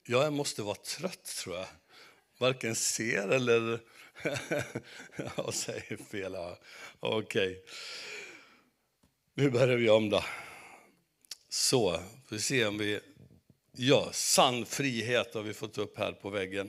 Jag måste vara trött, tror jag. Varken ser eller... Jag säger fel. Okej. Nu börjar vi om då. Så, vi ser om vi... Ja, sann frihet har vi fått upp här på väggen.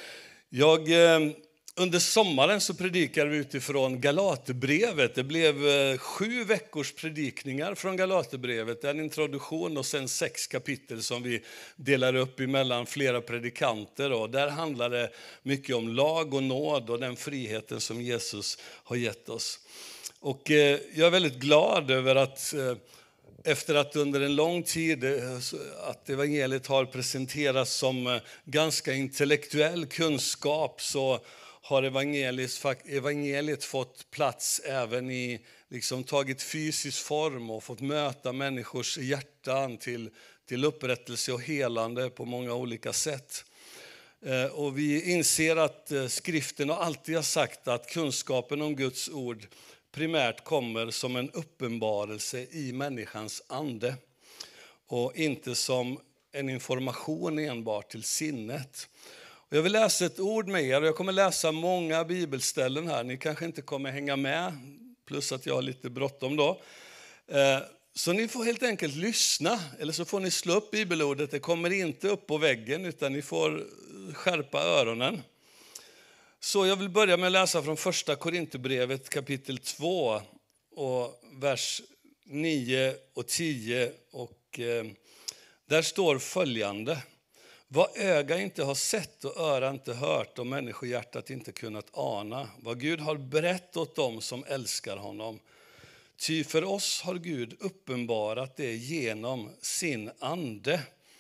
Under sommaren så predikade vi utifrån Galaterbrevet. Det blev 7 veckors predikningar från Galaterbrevet. En introduktion och sen 6 kapitel som vi delar upp emellan flera predikanter. Och där handlar det mycket om lag och nåd och den friheten som Jesus har gett oss. Och jag är väldigt glad över att... Efter att under en lång tid att evangeliet har presenterats som ganska intellektuell kunskap, så har evangeliet fått plats även i, tagit fysisk form och fått möta människors hjärtan till upprättelse och helande på många olika sätt. Och vi inser att skriften har alltid sagt att kunskapen om Guds ord primärt kommer som en uppenbarelse i människans ande och inte som en information enbart till sinnet. Och jag vill läsa ett ord med er, och jag kommer läsa många bibelställen här. Ni kanske inte kommer hänga med, plus att jag har lite bråttom då. Så ni får helt enkelt lyssna, eller så får ni slå upp bibelordet. Det kommer inte upp på väggen, utan ni får skärpa öronen. Så jag vill börja med att läsa från första Korinthierbrevet kapitel 2 och vers 9 och 10. Och där står följande: vad öga inte har sett och öra inte hört och människohjärtat inte kunnat ana, vad Gud har berättat åt dem som älskar honom. Ty för oss har Gud uppenbarat det genom sin ande.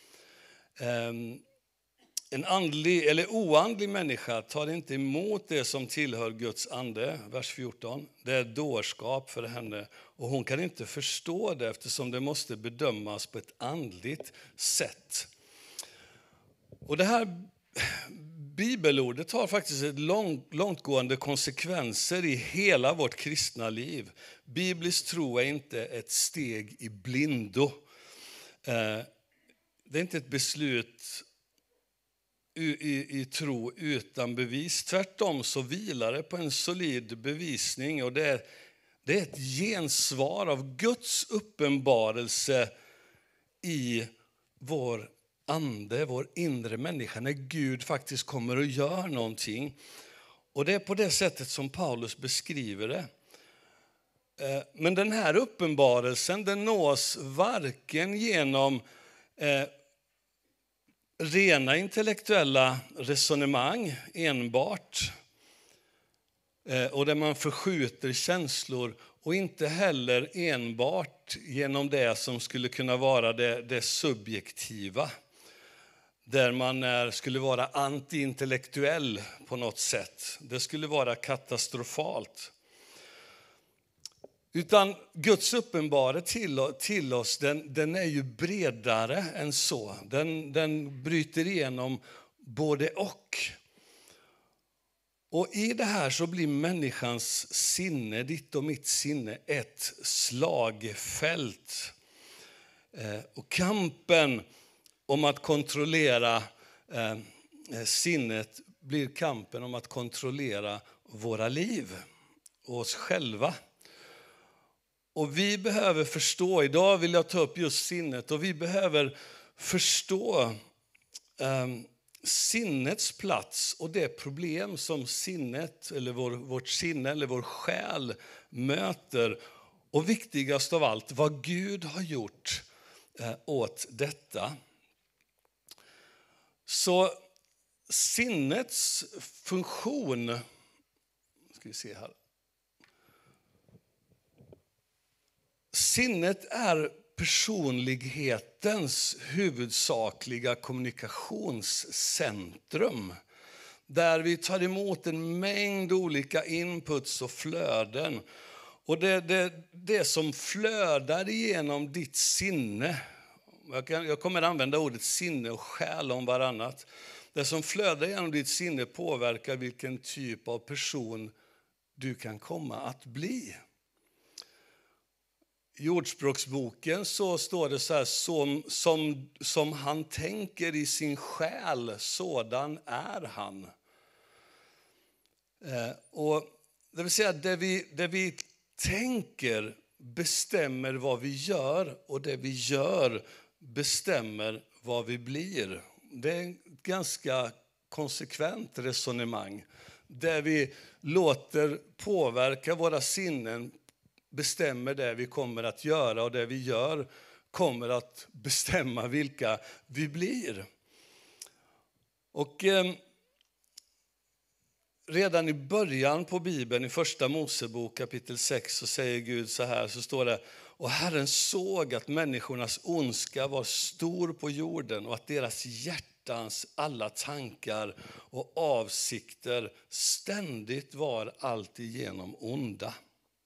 En andlig eller oandlig människa tar inte emot det som tillhör Guds ande, vers 14. Det är dårskap för henne, och hon kan inte förstå det eftersom det måste bedömas på ett andligt sätt. Och det här bibelordet har faktiskt ett långtgående konsekvenser i hela vårt kristna liv. Biblisk tro är inte ett steg i blindo. Det är inte ett beslut i tro utan bevis. Tvärtom så vilar det på en solid bevisning, och det är ett gensvar av Guds uppenbarelse i vår ande, vår inre människa, när Gud faktiskt kommer och gör någonting. Och det är på det sättet som Paulus beskriver det. Men den här uppenbarelsen, den nås varken genom rena intellektuella resonemang enbart, och där man förskjuter känslor, och inte heller enbart genom det som skulle kunna vara det subjektiva, där man skulle vara antiintellektuell på något sätt. Det skulle vara katastrofalt. Utan Guds uppenbarelse till oss, den är ju bredare än så. Den bryter igenom både och. Och i det här så blir människans sinne, ditt och mitt sinne, ett slagfält. Och kampen om att kontrollera sinnet blir kampen om att kontrollera våra liv och oss själva. Och vi behöver förstå, idag vill jag ta upp just sinnet, och vi behöver förstå sinnets plats och det problem som sinnet eller vårt sinne eller vår själ möter. Och viktigast av allt, vad Gud har gjort åt detta. Så sinnets funktion, ska vi se här. Sinnet är personlighetens huvudsakliga kommunikationscentrum, där vi tar emot en mängd olika inputs och flöden. Och det som flödar igenom ditt sinne, jag kommer att använda ordet sinne och själ om varannat. Det som flödar genom ditt sinne påverkar vilken typ av person du kan komma att bli. I Ordspråksboken så står det så här, som han tänker i sin själ, sådan är han. Och det vill säga, det vi tänker bestämmer vad vi gör, och det vi gör bestämmer vad vi blir. Det är ett ganska konsekvent resonemang. Där vi låter påverka våra sinnen bestämmer det vi kommer att göra, och det vi gör kommer att bestämma vilka vi blir. Och redan i början på Bibeln, i första Mosebok kapitel 6, så säger Gud så här, så står det: och Herren såg att människornas ondska var stor på jorden och att deras hjärtans alla tankar och avsikter ständigt var alltigenom onda.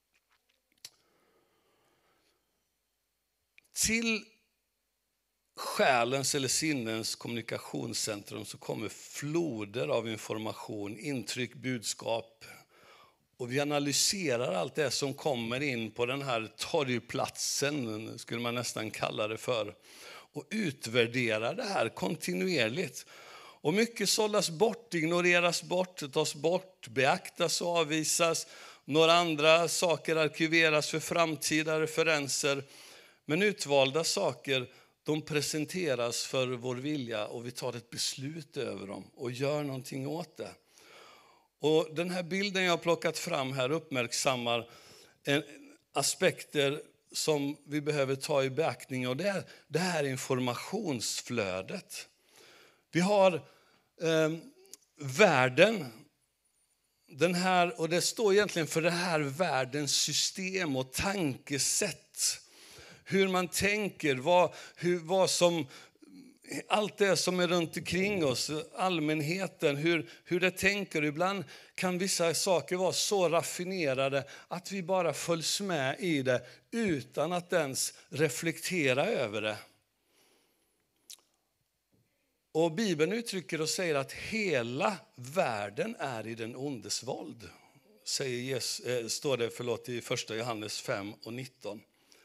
Till själens eller sinnens kommunikationscentrum så kommer floder av information, intryck, budskap. Och vi analyserar allt det som kommer in på den här torgplatsen, skulle man nästan kalla det för. Och utvärderar det här kontinuerligt. Och mycket sållas bort, ignoreras bort, tas bort, beaktas och avvisas. Några andra saker arkiveras för framtida referenser. Men utvalda saker, de presenteras för vår vilja, och vi tar ett beslut över dem och gör någonting åt det. Och den här bilden jag har plockat fram här uppmärksammar aspekter som vi behöver ta i beaktning, och det här informationsflödet. Vi har världen, den här, och det står egentligen för det här världens system och tankesätt. Hur man tänker, vad som, allt det som är runt omkring oss, allmänheten, hur det tänker. Ibland kan vissa saker vara så raffinerade att vi bara följs med i det utan att ens reflektera över det. Och Bibeln uttrycker och säger att hela världen är i den ondes våld. Står det i första Johannes 5 och 19.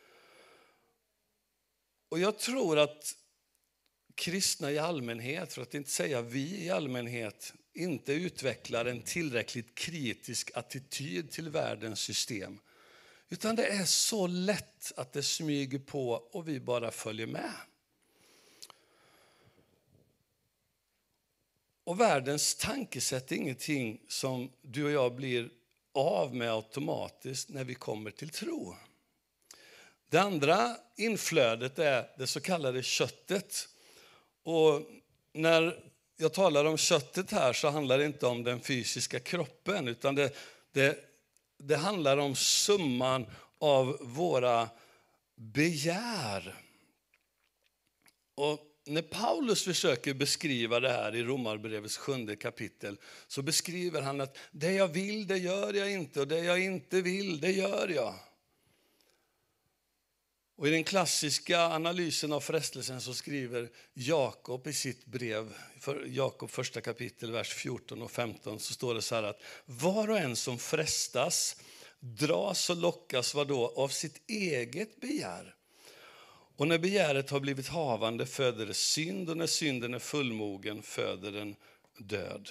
Och jag tror att kristna i allmänhet, för att inte säga vi i allmänhet, inte utvecklar en tillräckligt kritisk attityd till världens system. Utan det är så lätt att det smyger på och vi bara följer med. Och världens tankesätt är ingenting som du och jag blir av med automatiskt när vi kommer till tro. Det andra inflödet är det så kallade köttet. Och när jag talar om köttet här så handlar det inte om den fysiska kroppen, utan det handlar om summan av våra begär. Och när Paulus försöker beskriva det här i Romarbrevets 7:e kapitel så beskriver han att det jag vill, det gör jag inte, och det jag inte vill, det gör jag. Och i den klassiska analysen av frestelsen så skriver Jakob i sitt brev, för Jakob 1:a kapitel, vers 14 och 15, så står det så här att var och en som frestas dras och lockas av sitt eget begär. Och när begäret har blivit havande föder det synd, och när synden är fullmogen föder den död.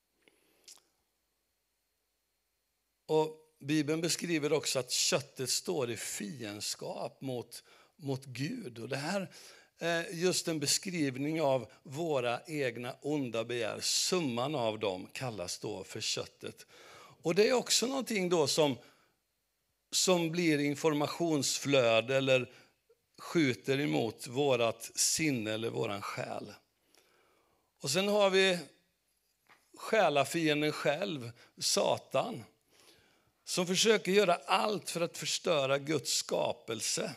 Och Bibeln beskriver också att köttet står i fiendskap mot Gud. Och det här är just en beskrivning av våra egna onda begär. Summan av dem kallas då för köttet. Och det är också någonting då som blir informationsflöde eller skjuter emot vårat sinne eller våran själ. Och sen har vi själafienden själv, Satan, som försöker göra allt för att förstöra Guds skapelse.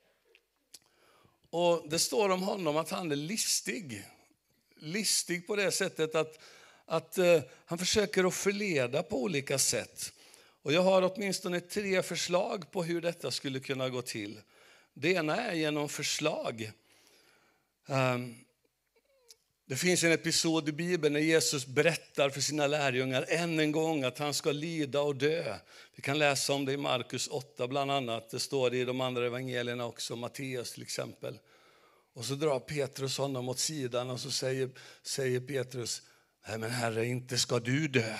Och det står om honom att han är listig. Listig på det sättet att han försöker att förleda på olika sätt. Och jag har åtminstone 3 förslag på hur detta skulle kunna gå till. Det ena är genom förslag. Det finns en episod i Bibeln när Jesus berättar för sina lärjungar än en gång att han ska lida och dö. Vi kan läsa om det i Markus 8 bland annat. Det står i de andra evangelierna också, Matteus till exempel. Och så drar Petrus honom åt sidan och så säger Petrus, nej men Herre, inte ska du dö.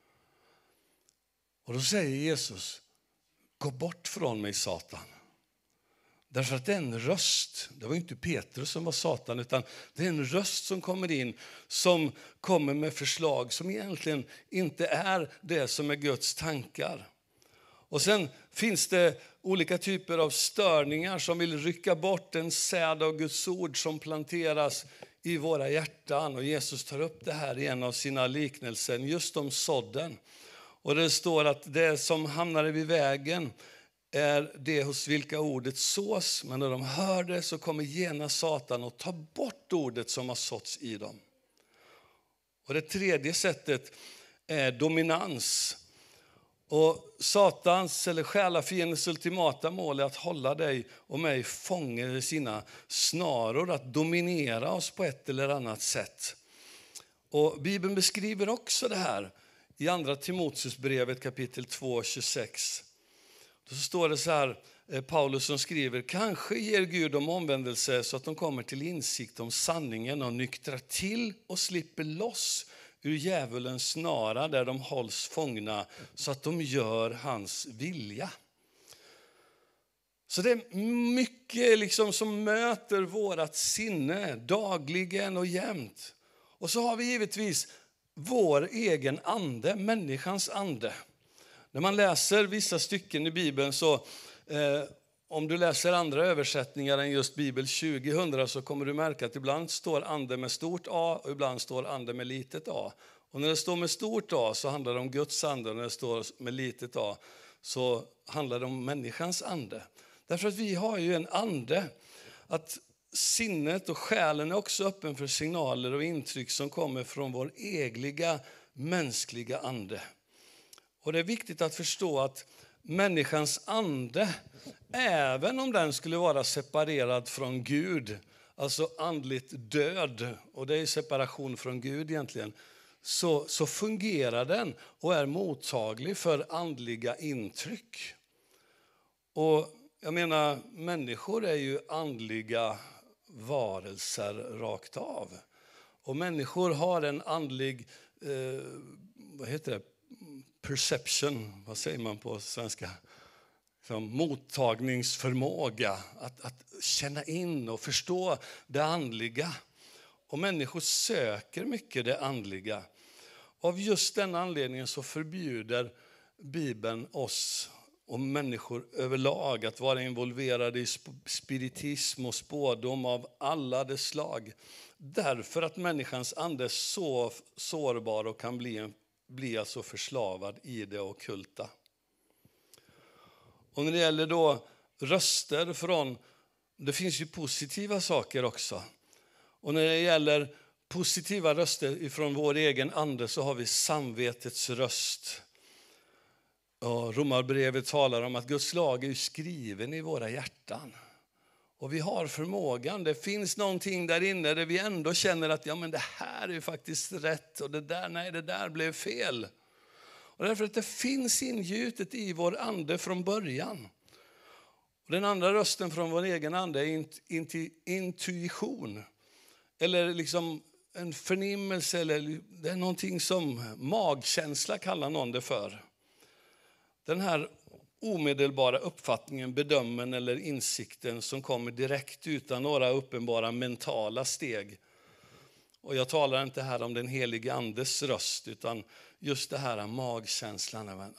Och då säger Jesus, gå bort från mig Satan. Därför att det är en röst, det var inte Petrus som var Satan, utan det är en röst som kommer in, som kommer med förslag som egentligen inte är det som är Guds tankar. Och sen finns det olika typer av störningar som vill rycka bort en säd av Guds ord som planteras i våra hjärtan. Och Jesus tar upp det här i en av sina liknelser, just om sådden. Och det står att det som hamnar vid vägen är det hos vilka ordet sås, men när de hör det så kommer genast Satan och tar bort ordet som har såtts i dem. Och det tredje sättet är dominans. Och Satans eller själafiendens ultimata mål är att hålla dig och mig fångar i sina snaror, att dominera oss på ett eller annat sätt. Och Bibeln beskriver också det här i andra Timoteusbrevet kapitel 2:26. Då står det så här, Paulus som skriver, kanske ger Gud dem omvändelse så att de kommer till insikt om sanningen och nyktrar till och slipper loss ur djävulens snara där de hålls fångna så att de gör hans vilja. Så det är mycket liksom som möter vårat sinne dagligen och jämt. Och så har vi givetvis vår egen ande, människans ande. När man läser vissa stycken i Bibeln så, om du läser andra översättningar än just Bibel 2000 så kommer du märka att ibland står ande med stort A och ibland står ande med litet a. Och när det står med stort A så handlar det om Guds ande och när det står med litet a så handlar det om människans ande. Därför att vi har ju en ande, att sinnet och själen är också öppen för signaler och intryck som kommer från vår egliga mänskliga ande. Och det är viktigt att förstå att människans ande, även om den skulle vara separerad från Gud, alltså andligt död, och det är separation från Gud egentligen, så fungerar den och är mottaglig för andliga intryck. Och jag menar, människor är ju andliga varelser rakt av. Och människor har en andlig, perception, vad säger man på svenska? Som mottagningsförmåga, att känna in och förstå det andliga. Och människor söker mycket det andliga. Av just den anledningen så förbjuder Bibeln oss och människor överlag att vara involverade i spiritism och spådom av alla dess slag. Därför att människans ande är så sårbar och kan bli alltså förslavad i det ockulta. Och när det gäller då röster från, det finns ju positiva saker också. Och när det gäller positiva röster ifrån vår egen ande så har vi samvetets röst. Och Romarbrevet talar om att Guds lag är skriven i våra hjärtan. Och vi har förmågan, det finns någonting där inne där vi ändå känner att ja, men det här är faktiskt rätt och det där blev fel. Och därför att det finns ingjutet i vår ande från början. Och den andra rösten från vår egen ande är intuition. Eller liksom en förnimmelse, eller det är någonting som magkänsla kallar någon det för. Den här omedelbara uppfattningen, bedömen eller insikten som kommer direkt utan några uppenbara mentala steg. Och jag talar inte här om den helige andes röst, utan just det här magkänslan.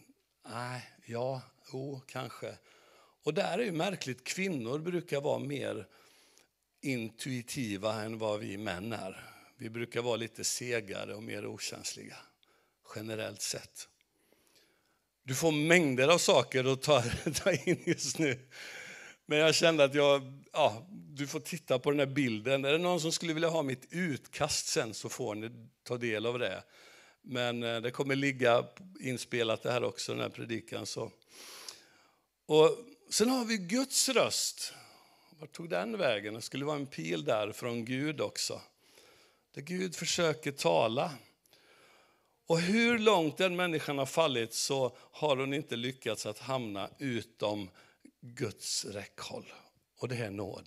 Kanske. Och där är ju märkligt, kvinnor brukar vara mer intuitiva än vad vi män är. Vi brukar vara lite segare och mer okänsliga, generellt sett. Du får mängder av saker att ta in just nu. Men jag kände att du får titta på den här bilden. Är det någon som skulle vilja ha mitt utkast sen så får ni ta del av det. Men det kommer ligga inspelat det här också, den här predikan. Så. Och sen har vi Guds röst. Var tog den vägen? Det skulle vara en pil där från Gud också. Där Gud försöker tala. Och hur långt den människan har fallit så har hon inte lyckats att hamna utom Guds räckhåll. Och det är nåd.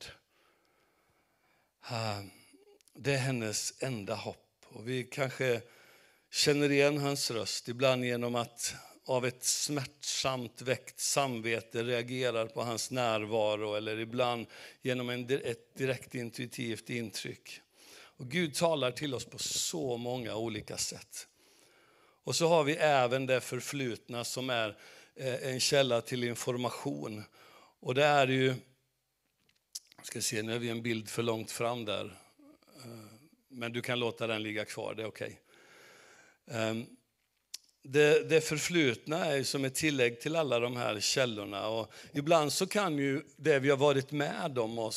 Det är hennes enda hopp. Och vi kanske känner igen hans röst. Ibland genom att av ett smärtsamt väckt samvete reagerar på hans närvaro. Eller ibland genom ett direkt intuitivt intryck. Och Gud talar till oss på så många olika sätt. Och så har vi även det förflutna som är en källa till information. Och det är ju, ska se, nu är vi en bild för långt fram där. Men du kan låta den ligga kvar, det är okej. Det förflutna är som ett tillägg till alla de här källorna. Och ibland så kan ju det vi har varit med om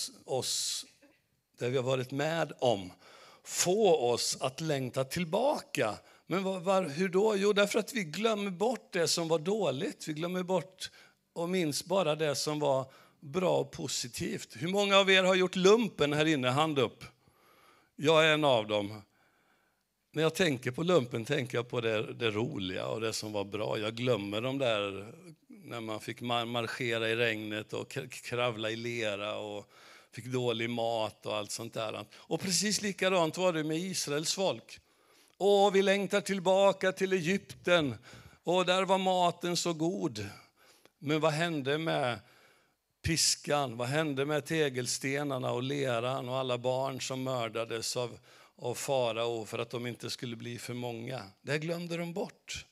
det vi har varit med om få oss att längta tillbaka. Men hur då? Jo, därför att vi glömmer bort det som var dåligt. Vi glömmer bort och minns bara det som var bra och positivt. Hur många av er har gjort lumpen här inne? Hand upp. Jag är en av dem. När jag tänker på lumpen tänker jag på det roliga och det som var bra. Jag glömmer de där när man fick marschera i regnet och kravla i lera och fick dålig mat och allt sånt där. Och precis likadant var det med Israels folk. Vi längtar tillbaka till Egypten. Och där var maten så god. Men vad hände med piskan? Vad hände med tegelstenarna och leran och alla barn som mördades av farao för att de inte skulle bli för många? Det glömde de bort.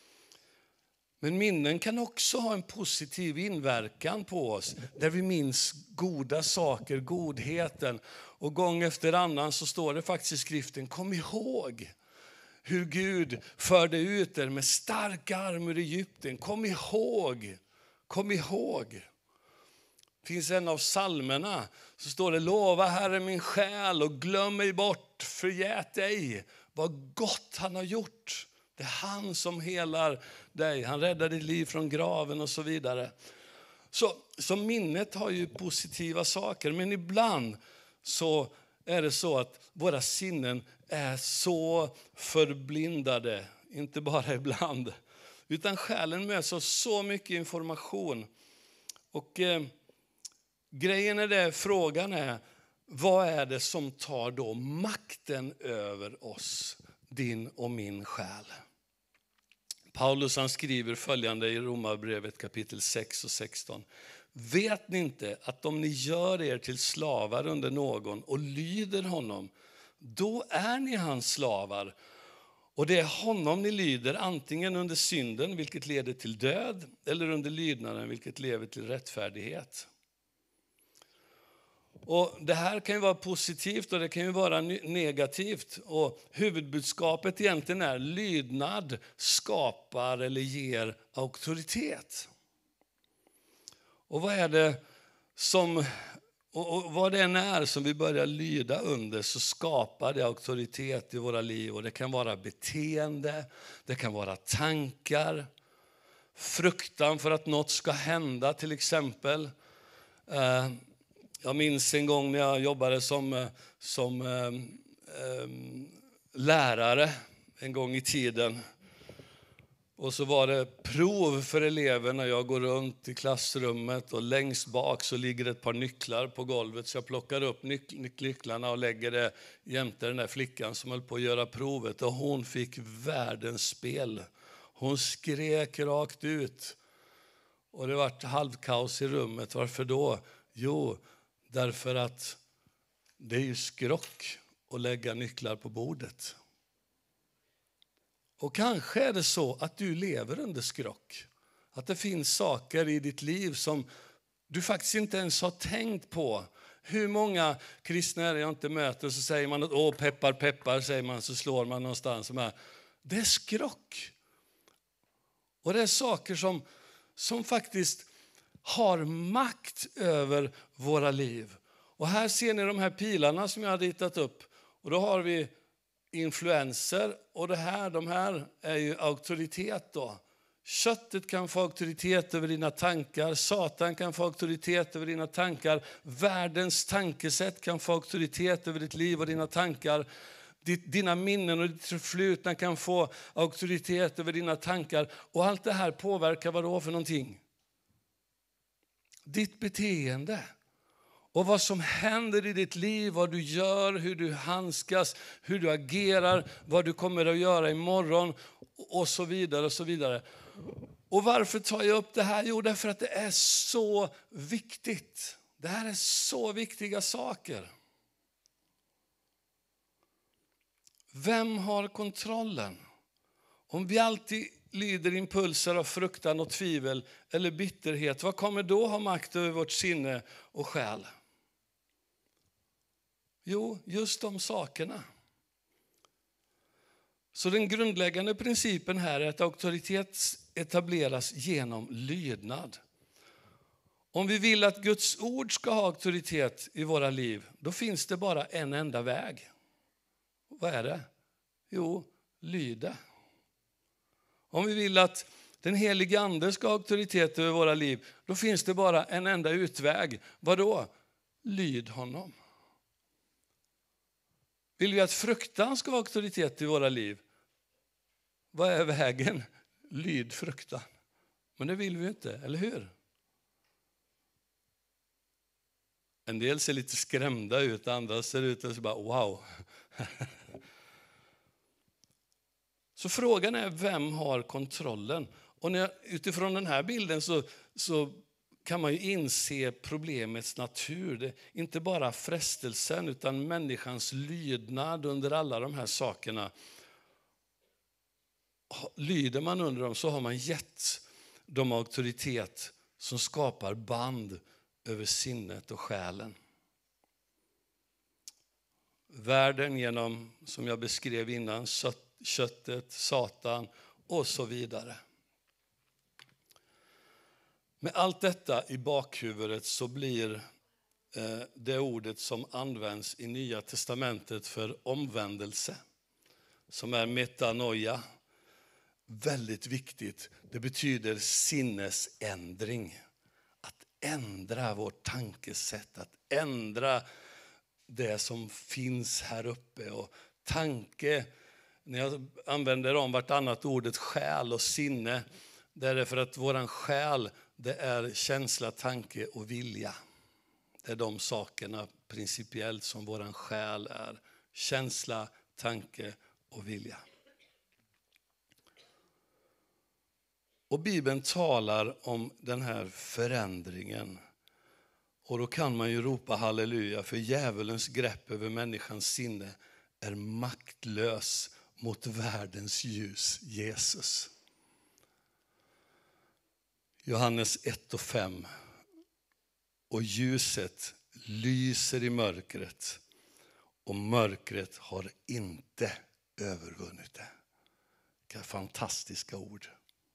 Men minnen kan också ha en positiv inverkan på oss. Där vi minns goda saker, godheten. Och gång efter annan så står det faktiskt i skriften, kom ihåg hur Gud förde ut er med stark arm ur Egypten. Kom ihåg, kom ihåg. Det finns en av psalmerna så står det, lova Herre min själ och glöm mig bort, förgät dig vad gott han har gjort. Det är han som helar dig, han räddar ditt liv från graven och så vidare. Så minnet har ju positiva saker, men ibland så är det så att våra sinnen är så förblindade, inte bara ibland, utan själen möts av så mycket information. Och grejen är det, frågan är, vad är det som tar då makten över oss, din och min själ? Paulus han skriver följande i Romarbrevet kapitel 6 och 16. Vet ni inte att om ni gör er till slavar under någon och lyder honom, då är ni hans slavar. Och det är honom ni lyder, antingen under synden, vilket leder till död, eller under lydnaden, vilket leder till rättfärdighet. Och det här kan ju vara positivt och det kan ju vara negativt. Och huvudbudskapet egentligen är lydnad skapar eller ger auktoritet. Och vad är det som, och vad det än är som vi börjar lyda under, så skapar det auktoritet i våra liv. Och det kan vara beteende, det kan vara tankar, fruktan för att något ska hända till exempel. Jag minns en gång när jag jobbade som lärare en gång i tiden. Och så var det prov för eleverna. Jag går runt i klassrummet och längst bak så ligger ett par nycklar på golvet. Så jag plockar upp nycklarna och lägger det jämte den där flickan som höll på att göra provet. Och hon fick världens spel. Hon skrek rakt ut. Och det var halvkaos i rummet. Varför då? Jo, därför att det är ju skrock att lägga nycklar på bordet. Och kanske är det så att du lever under skrock. Att det finns saker i ditt liv som du faktiskt inte ens har tänkt på. Hur många kristna är det jag inte möter, så säger man att peppar, peppar, säger man, så slår man någonstans. Det är skrock. Och det är saker som faktiskt har makt över våra liv. Och här ser ni de här pilarna som jag har ritat upp. Och då har vi influenser, och de här är ju auktoritet då. Köttet kan få auktoritet över dina tankar, Satan kan få auktoritet över dina tankar, världens tankesätt kan få auktoritet över ditt liv och dina tankar. Dina minnen och ditt förflutna kan få auktoritet över dina tankar. Och allt det här påverkar vad då för någonting? Ditt beteende. Och vad som händer i ditt liv, vad du gör, hur du handskas, hur du agerar, vad du kommer att göra imorgon och så vidare och så vidare. Och varför tar jag upp det här? Jo, därför att det är så viktigt. Det här är så viktiga saker. Vem har kontrollen? Om vi alltid lyder impulser av fruktan och tvivel eller bitterhet, vad kommer då ha makt över vårt sinne och själ? Jo, just de sakerna. Så den grundläggande principen här är att auktoritet etableras genom lydnad. Om vi vill att Guds ord ska ha auktoritet i våra liv, då finns det bara en enda väg. Vad är det? Jo, lyda. Om vi vill att den helige ande ska ha auktoritet över våra liv, då finns det bara en enda utväg. Vad då? Lyd honom. Vill vi att fruktan ska ha auktoritet i våra liv? Vad är vägen? Lyd fruktan. Men det vill vi inte, eller hur? En del ser lite skrämda ut, andra ser ut och så bara wow. Så frågan är, vem har kontrollen? Och utifrån den här bilden så kan man ju inse problemets natur. Det är inte bara frestelsen utan människans lydnad under alla de här sakerna. Lyder man under dem så har man gett dem auktoritet som skapar band över sinnet och själen. Världen genom, som jag beskrev innan, köttet, Satan och så vidare. Med allt detta i bakhuvudet så blir det ordet som används i Nya testamentet för omvändelse, som är metanoia, väldigt viktigt. Det betyder sinnesändring. Att ändra vårt tankesätt, att ändra det som finns här uppe. Och tanke, när jag använder om vartannat ordet själ och sinne, det är för att våran själ, det är känsla, tanke och vilja. Det är de sakerna principiellt som våran själ är. Känsla, tanke och vilja. Och Bibeln talar om den här förändringen. Och då kan man ju ropa halleluja, för djävulens grepp över människans sinne är maktlös mot världens ljus, Jesus. Johannes 1:5. Och ljuset lyser i mörkret, och mörkret har inte övervunnit det. Vilka fantastiska ord.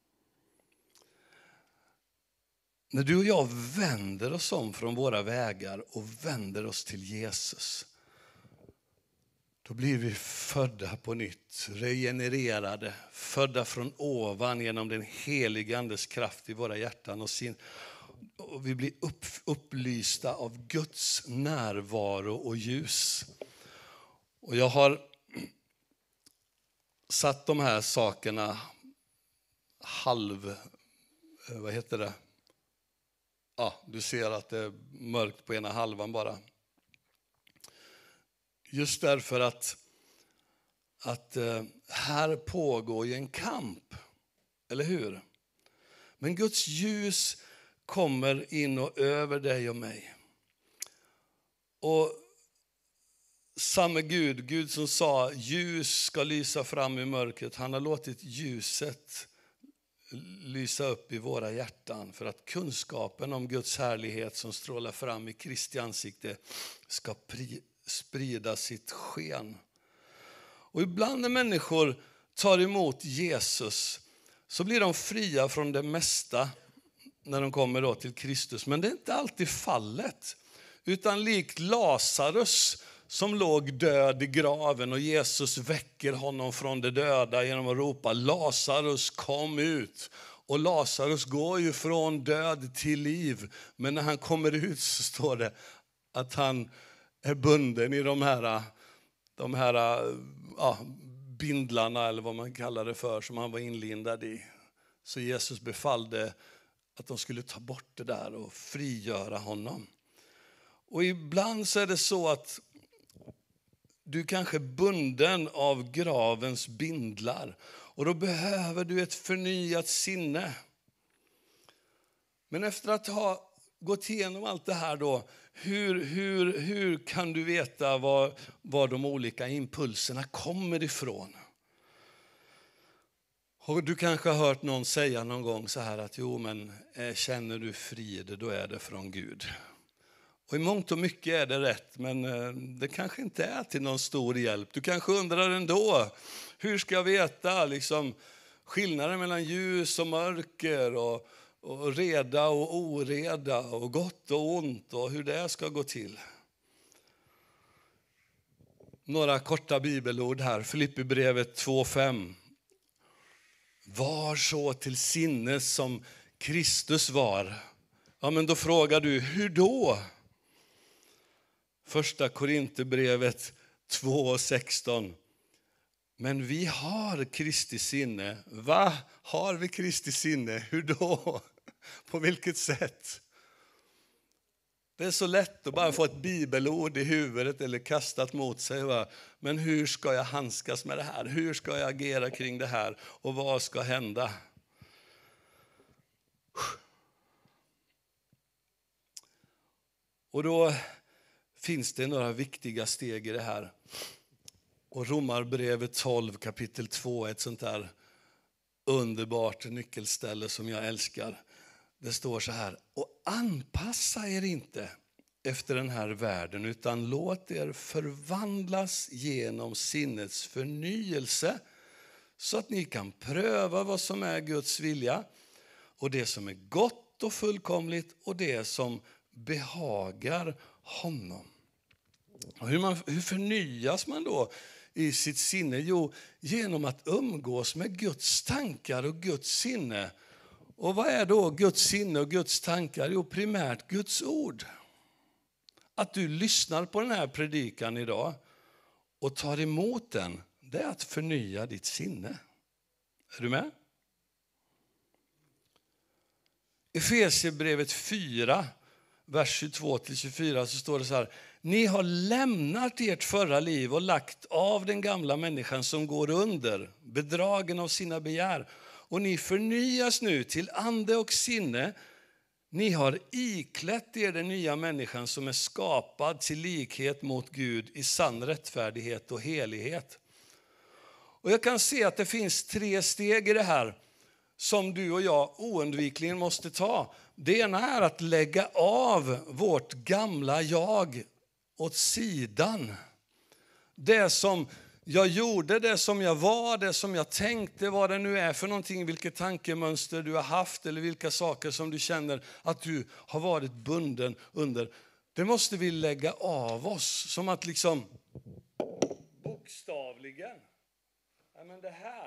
När du och jag vänder oss om från våra vägar och vänder oss till Jesus, då blir vi födda på nytt, regenererade, födda från ovan genom den helige Andes kraft i våra hjärtan och vi blir upplysta av Guds närvaro och ljus. Och jag har satt de här sakerna vad heter det? Ja, du ser att det är mörkt på ena halvan bara. Just därför att här pågår ju en kamp, eller hur? Men Guds ljus kommer in och över dig och mig. Och samme Gud som sa ljus ska lysa fram i mörkret, han har låtit ljuset lysa upp i våra hjärtan för att kunskapen om Guds härlighet som strålar fram i Kristi ansikte ska sprida sitt sken. Och ibland när människor tar emot Jesus så blir de fria från det mesta när de kommer då till Kristus. Men det är inte alltid fallet. Utan likt Lazarus som låg död i graven och Jesus väcker honom från det döda genom att ropa Lazarus, kom ut. Och Lazarus går ju från död till liv. Men när han kommer ut så står det att han är bunden i de här de här bindlarna eller vad man kallar det för som han var inlindad i. Så Jesus befallde att de skulle ta bort det där och frigöra honom. Och ibland så är det så att du kanske är bunden av gravens bindlar. Och då behöver du ett förnyat sinne. Men efter att ha gått igenom allt det här då, hur kan du veta var de olika impulserna kommer ifrån? Och du kanske har hört någon säga någon gång så här att känner du frid, då är det från Gud. Och i mångt och mycket är det rätt, men det kanske inte är till någon stor hjälp. Du kanske undrar ändå, hur ska jag veta skillnaden mellan ljus och mörker och reda och oreda och gott och ont och hur det ska gå till? Några korta bibelord här, Filippibrevet 2:5. Var så till sinnes som Kristus var. Ja, men då frågar du, hur då? Första Korinthierbrevet 2:16. Men vi har Kristi sinne. Va? Har vi Kristi sinne? Hur då? På vilket sätt? Det är så lätt att bara få ett bibelord i huvudet eller kastat mot sig. Va? Men hur ska jag handskas med det här? Hur ska jag agera kring det här? Och vad ska hända? Och då finns det några viktiga steg i det här. Och Romarbrevet 12 kapitel 2 är ett sånt där underbart nyckelställe som jag älskar. Det står så här: och anpassa er inte efter den här världen, utan låt er förvandlas genom sinnets förnyelse, så att ni kan pröva vad som är Guds vilja och det som är gott och fullkomligt och det som behagar honom. Och hur förnyas man då i sitt sinne? Jo, genom att umgås med Guds tankar och Guds sinne. Och vad är då Guds sinne och Guds tankar? Jo, primärt Guds ord. Att du lyssnar på den här predikan idag och tar emot den, det är att förnya ditt sinne. Är du med? I Efesierbrevet 4, vers 22-24 så står det så här: ni har lämnat ert förra liv och lagt av den gamla människan som går under, bedragen av sina begär. Och ni förnyas nu till ande och sinne. Ni har iklätt er den nya människan som är skapad till likhet mot Gud i sann rättfärdighet och helighet. Och jag kan se att det finns 3 steg i det här som du och jag oundvikligen måste ta. Det ena är att lägga av vårt gamla jag åt sidan. Det som jag gjorde, det som jag var, det som jag tänkte, vad det nu är för någonting, vilket tankemönster du har haft eller vilka saker som du känner att du har varit bunden under. Det måste vi lägga av oss, som att bokstavligen. Ja, men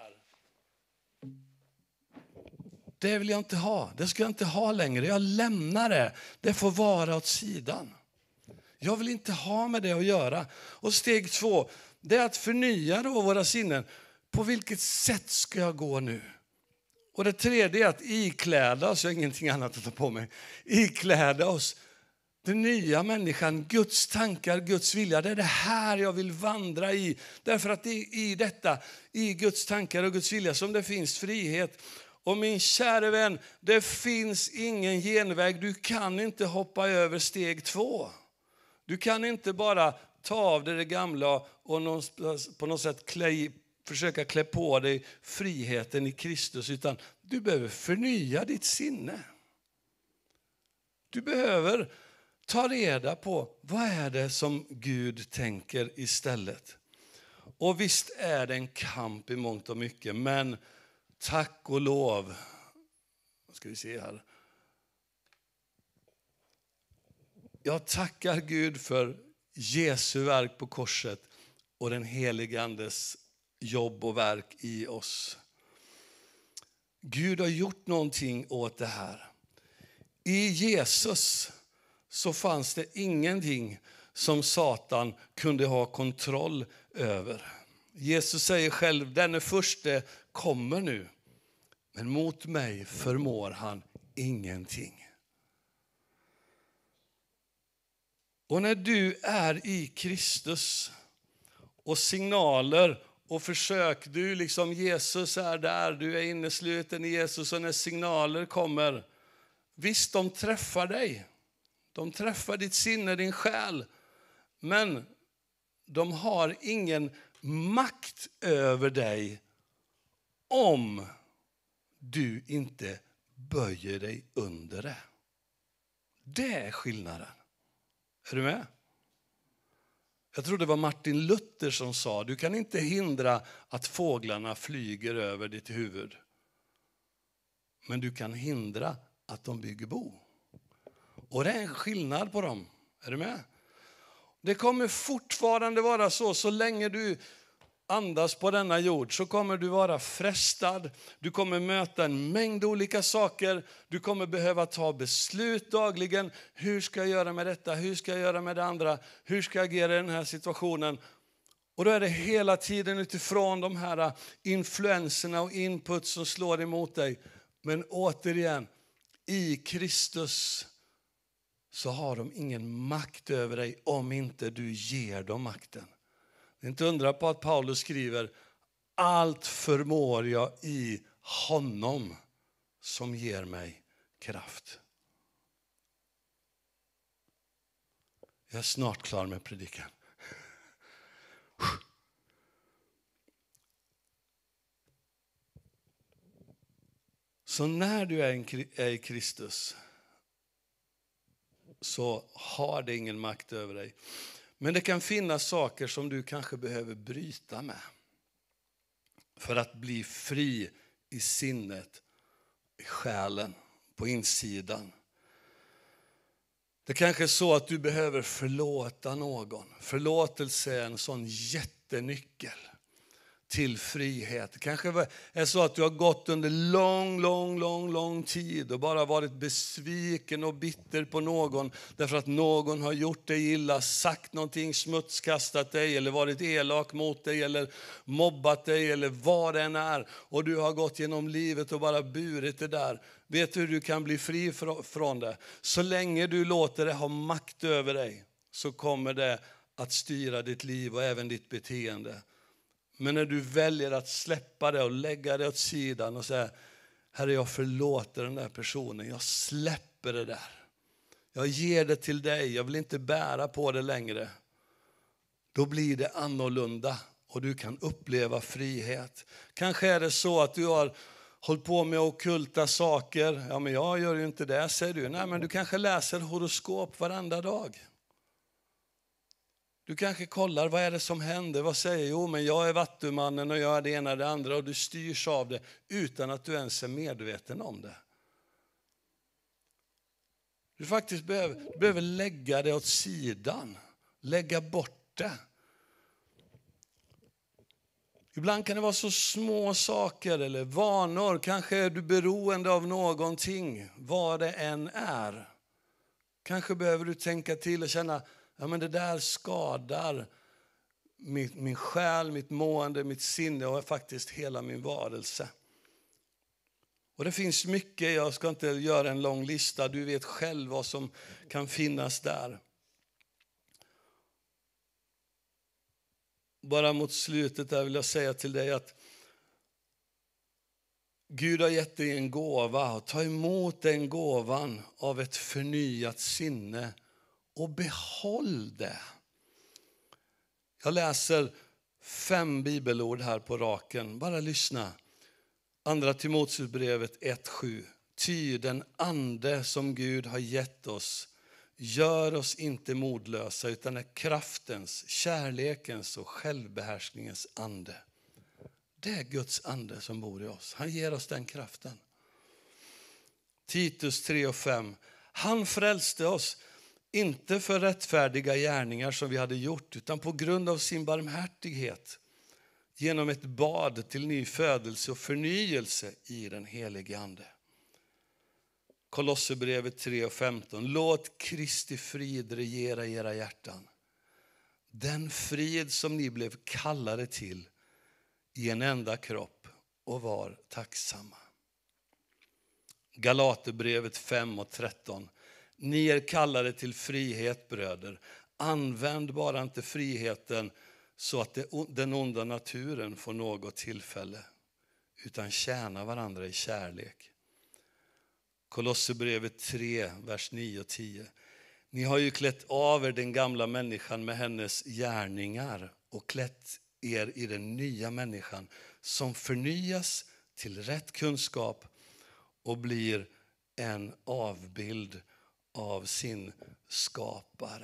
det vill jag inte ha. Det ska jag inte ha längre. Jag lämnar det. Det får vara åt sidan. Jag vill inte ha med det att göra. Och steg 2, det är att förnya då våra sinnen. På vilket sätt ska jag gå nu? Och det tredje är att ikläda oss, jag har ingenting annat att ta på mig. Ikläda oss den nya människan, Guds tankar, Guds vilja. Det är det här jag vill vandra i. Därför att det är i detta, i Guds tankar och Guds vilja, som det finns frihet. Och min kära vän, det finns ingen genväg. Du kan inte hoppa över steg 2. Du kan inte bara ta av det gamla och på något sätt försöka klä på dig friheten i Kristus. Utan du behöver förnya ditt sinne. Du behöver ta reda på vad är det som Gud tänker istället. Och visst är det en kamp i mångt och mycket, men tack och lov. Vad ska vi se här? Jag tackar Gud för Jesu verk på korset och den helige Andes jobb och verk i oss. Gud har gjort någonting åt det här. I Jesus så fanns det ingenting som Satan kunde ha kontroll över. Jesus säger själv, denne förste kommer nu, men mot mig förmår han ingenting. Och när du är i Kristus och signaler och försök, du liksom Jesus är där, du är innesluten i Jesus, och när signaler kommer, visst de träffar dig, de träffar ditt sinne, din själ, men de har ingen makt över dig om du inte böjer dig under det. Det är skillnaden. Är du med? Jag tror det var Martin Luther som sa, du kan inte hindra att fåglarna flyger över ditt huvud. Men du kan hindra att de bygger bo. Och det är en skillnad på dem. Är du med? Det kommer fortfarande vara så länge du andas på denna jord, så kommer du vara frestad. Du kommer möta en mängd olika saker. Du kommer behöva ta beslut dagligen. Hur ska jag göra med detta? Hur ska jag göra med det andra? Hur ska jag agera i den här situationen? Och då är det hela tiden utifrån de här influenserna och input som slår emot dig. Men återigen, i Kristus så har de ingen makt över dig om inte du ger dem makten. Det är inte undra på att Paulus skriver, allt förmår jag i honom som ger mig kraft. Jag är snart klar med predikan. Så när du är i Kristus så har det ingen makt över dig. Men det kan finnas saker som du kanske behöver bryta med för att bli fri i sinnet, i själen, på insidan. Det kanske är så att du behöver förlåta någon. Förlåtelse är en sån jättenyckel till frihet. Det kanske är så att du har gått under lång tid och bara varit besviken och bitter på någon därför att någon har gjort dig illa, sagt någonting, smutskastat dig eller varit elak mot dig eller mobbat dig eller vad det än är, och du har gått genom livet och bara burit det där. Vet du hur du kan bli fri från det? Så länge du låter det ha makt över dig så kommer det att styra ditt liv och även ditt beteende. Men när du väljer att släppa det och lägga det åt sidan och säga, Herre, jag förlåter den där personen, jag släpper det där. Jag ger det till dig, jag vill inte bära på det längre. Då blir det annorlunda och du kan uppleva frihet. Kanske är det så att du har hållit på med ockulta saker. Ja, men jag gör ju inte det, säger du. Nej, men du kanske läser horoskop varenda dag. Du kanske kollar, vad är det som händer? Vad säger? Jo, men jag är vattumannen och jag är det ena och det andra. Och du styrs av det utan att du ens är medveten om det. Du faktiskt behöver lägga det åt sidan. Lägga bort det. Ibland kan det vara så små saker eller vanor. Kanske är du beroende av någonting, vad det än är. Kanske behöver du tänka till och känna, ja, men det där skadar min själ, mitt mående, mitt sinne och faktiskt hela min varelse. Och det finns mycket, jag ska inte göra en lång lista, du vet själv vad som kan finnas där. Bara mot slutet där vill jag säga till dig att Gud har gett dig en gåva, och ta emot den gåvan av ett förnyat sinne och behåll det. Jag läser 5 bibelord här på raken. Bara lyssna. Andra Timoteusbrevet 1:7. Ty den ande som Gud har gett oss gör oss inte modlösa, utan är kraftens, kärlekens och självbehärskningens ande. Det är Guds ande som bor i oss. Han ger oss den kraften. Titus 3:5. Han frälste oss inte för rättfärdiga gärningar som vi hade gjort, utan på grund av sin barmhärtighet genom ett bad till ny födelse och förnyelse i den helige ande. Kolosserbrevet 3:15. Låt Kristi frid regera i era hjärtan. Den frid som ni blev kallade till i en enda kropp och var tacksamma. Galaterbrevet 5:13. Ni är kallade till frihet, bröder. Använd bara inte friheten så att den onda naturen får något tillfälle, utan tjäna varandra i kärlek. Kolosserbrevet 3, vers 9 och 10. Ni har ju klätt av er den gamla människan med hennes gärningar och klätt er i den nya människan som förnyas till rätt kunskap och blir en avbild av sin skapare.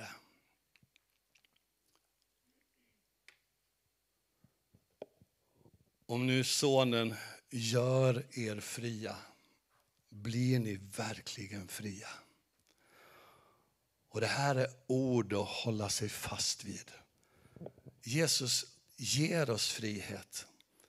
Om nu sonen gör er fria, blir ni verkligen fria. Och det här är ord att hålla sig fast vid. Jesus ger oss frihet.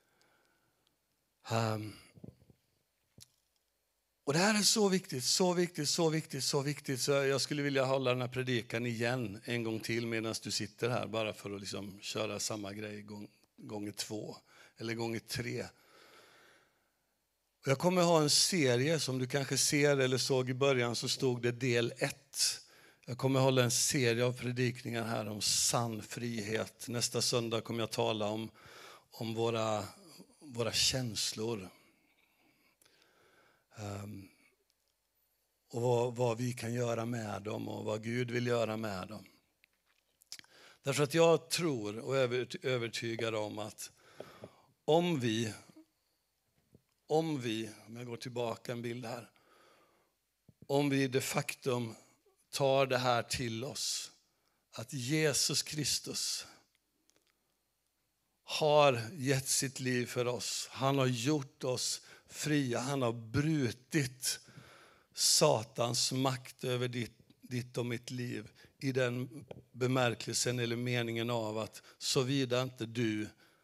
Och det här är så viktigt, så viktigt, så viktigt, så viktigt. Så jag skulle vilja hålla den här predikan igen en gång till medan du sitter här. Bara för att liksom köra samma grej gånger 2 eller gånger 3. Jag kommer ha en serie som du kanske ser eller såg i början, så stod det del 1. Jag kommer hålla en serie av predikningar här om sann frihet. Nästa söndag kommer jag tala om våra känslor. Och vad vi kan göra med dem och vad Gud vill göra med dem. Därför att jag tror och är övertygad om att om jag går tillbaka en bild här. Om vi de facto tar det här till oss, att Jesus Kristus har gett sitt liv för oss. Han har gjort oss fria. Han har brutit Satans makt över ditt och mitt liv. I den bemärkelsen eller meningen av att såvida inte du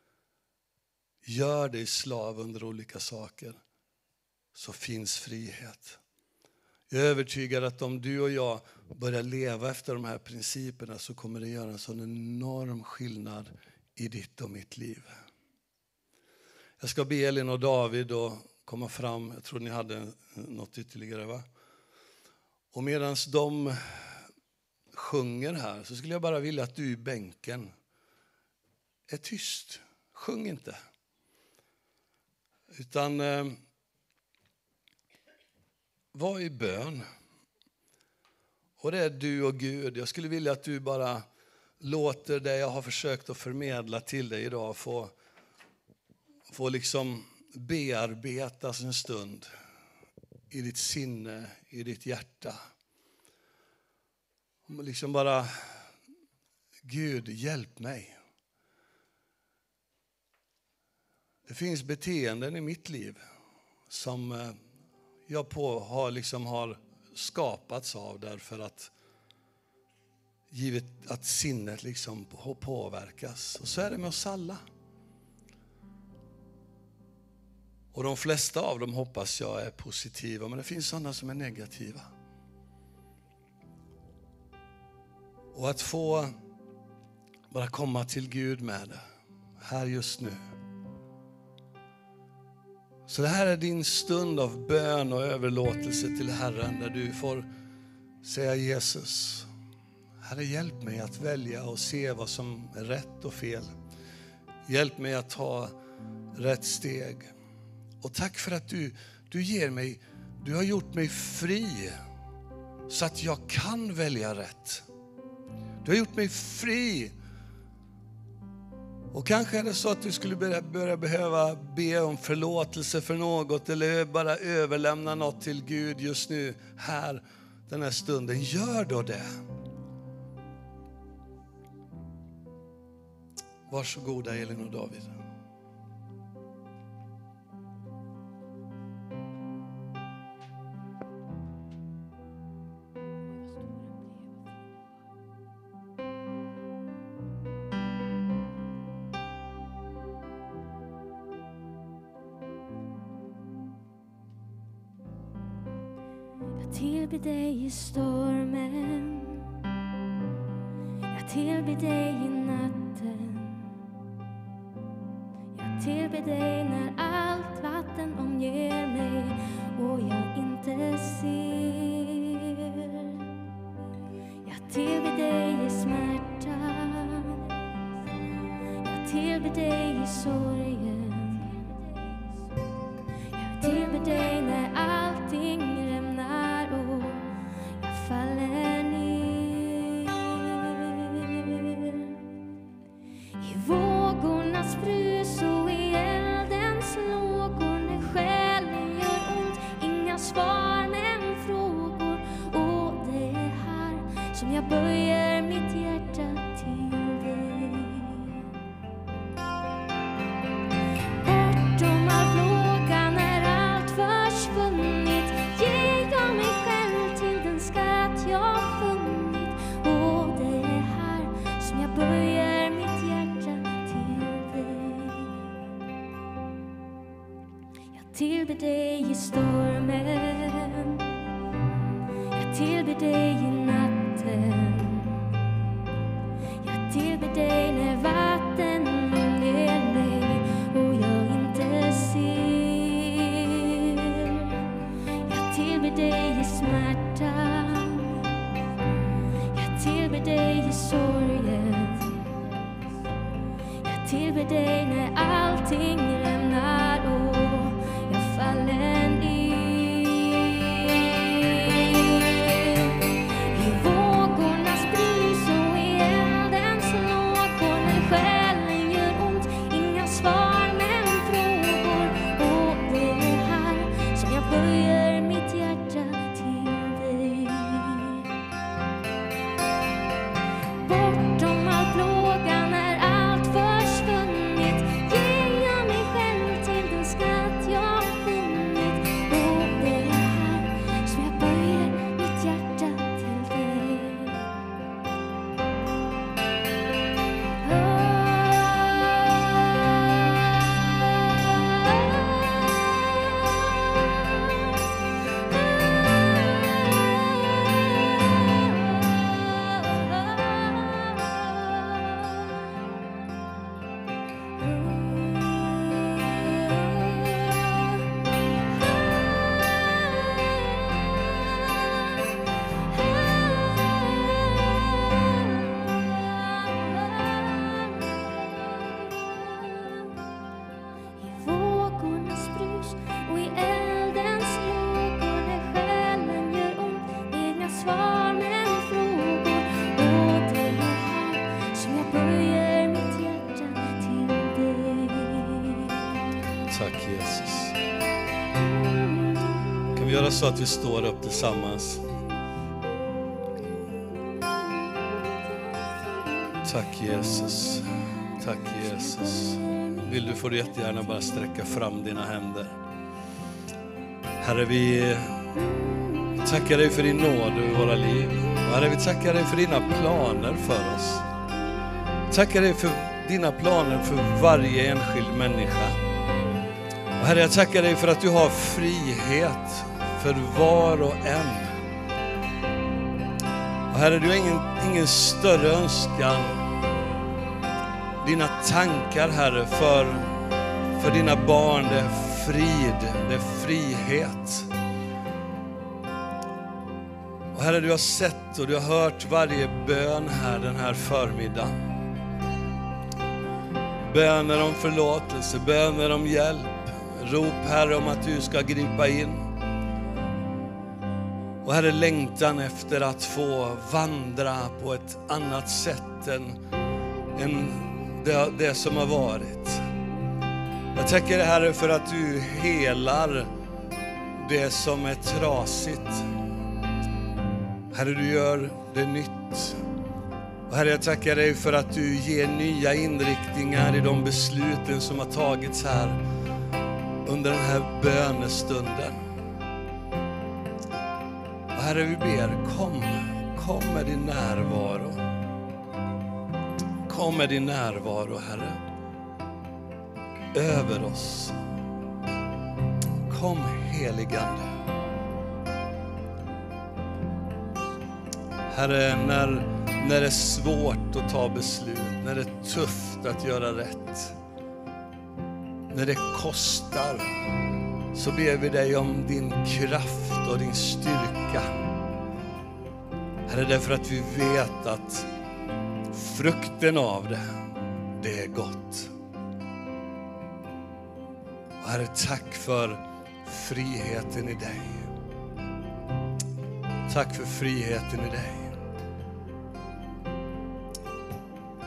gör dig slav under olika saker, så finns frihet. Jag är övertygad att om du och jag börjar leva efter de här principerna, så kommer det göra en sån enorm skillnad i ditt och mitt liv. Jag ska be Elin och David att komma fram. Jag tror ni hade något ytterligare, va? Och medan de sjunger här, så skulle jag bara vilja att du i bänken är tyst. Sjung inte. Utan var i bön. Och det är du och Gud. Jag skulle vilja att du bara låter det jag har försökt att förmedla till dig idag få liksom bearbetas en stund i ditt sinne, i ditt hjärta. Liksom bara, Gud, hjälp mig. Det finns beteenden i mitt liv som jag har skapats av, därför att givet att sinnet liksom påverkas. Och så är det med oss alla. Och de flesta av dem hoppas jag är positiva, men det finns sådana som är negativa. Och att få bara komma till Gud med det här just nu. Så det här är din stund av bön och överlåtelse till Herren, där du får säga: Jesus, Herre, hjälp mig att välja och se vad som är rätt och fel. Hjälp mig att ta rätt steg. Och tack för att du har gjort mig fri så att jag kan välja rätt. Du har gjort mig fri. Och kanske är det så att du skulle börja behöva be om förlåtelse för något, eller bara överlämna något till Gud just nu, här, den här stunden. Gör då det. Varsågoda Elin och David. Tillbe dig i stormen, jag tillber dig i natten. Jag tillber dig när allt vatten omger mig och jag inte ser. Jag tillber dig i smärtan. Jag tillber dig i sorgen. Jag tillber dig när allting rämnar och jag faller ner. I vågornas brus och i eldens lågor, när själen gör ont, inga svar men frågor. Och det är här som jag böjer mitt hjärta till dig. Bortom all plåga, när allt försvunnit, ger jag mig själv till den skatt jag funnit. Och det är här som jag böjer mitt hjärta till dig. Jag tillber dig i stormen. Jag tillber dig i natten. Jag tillber dig när vatten omger mig och jag inte ser. Jag tillber dig i smärtan. Jag tillber dig i sorgen. Jag tillber dig när allting rämnar och jag faller ner. I vågornas brus och i eldens lågor, när själen gör ont, inga svar men frågor. Och det är här som jag böjer mitt hjärta till dig. Bortom all plåga, när allt försvunnit, ger jag mig själv till den skatt jag funnit. Och det är här som jag böjer mitt hjärta till dig. I vågornas brus och i eldens lågor, när själen gör ont, inga svar men frågor. Och det är här som jag böjer mitt hjärta till dig. Tack Jesus. Kan vi göra så att vi står upp tillsammans? Tack Jesus. Tack Jesus. Vill du får du jättegärna bara sträcka fram dina händer. Herre, vi tackar dig för din nåd i våra liv. Och Herre, vi tackar dig för dina planer för oss. Tackar dig för dina planer för varje enskild människa. Och Herre, jag tackar dig för att du har frihet för var och en. Och Herre, du har ingen större önskan. Dina tankar, Herre, för dina barn, det är frid, det är frihet. Och Herre, du har sett och du har hört varje bön här den här förmiddagen. Böner om förlåtelse, böner om hjälp. Rop, Herre, om att du ska gripa in. Och Herre, längtan efter att få vandra på ett annat sätt än det som har varit. Jag tackar dig, Herre, för att du helar det som är trasigt. Herre, du gör det nytt. Och Herre, jag tackar dig för att du ger nya inriktningar i de besluten som har tagits här under den här bönestunden. Och Herre, vi ber, kom med din närvaro. Kom med din närvaro, Herre, över oss. Kom, heligande. Herre, När det är svårt att ta beslut, när det är tufft att göra rätt, när det kostar, så ber vi dig om din kraft och din styrka. Herre, därför att vi vet att frukten av det är gott. Och Herre, tack för friheten i dig. Tack för friheten i dig.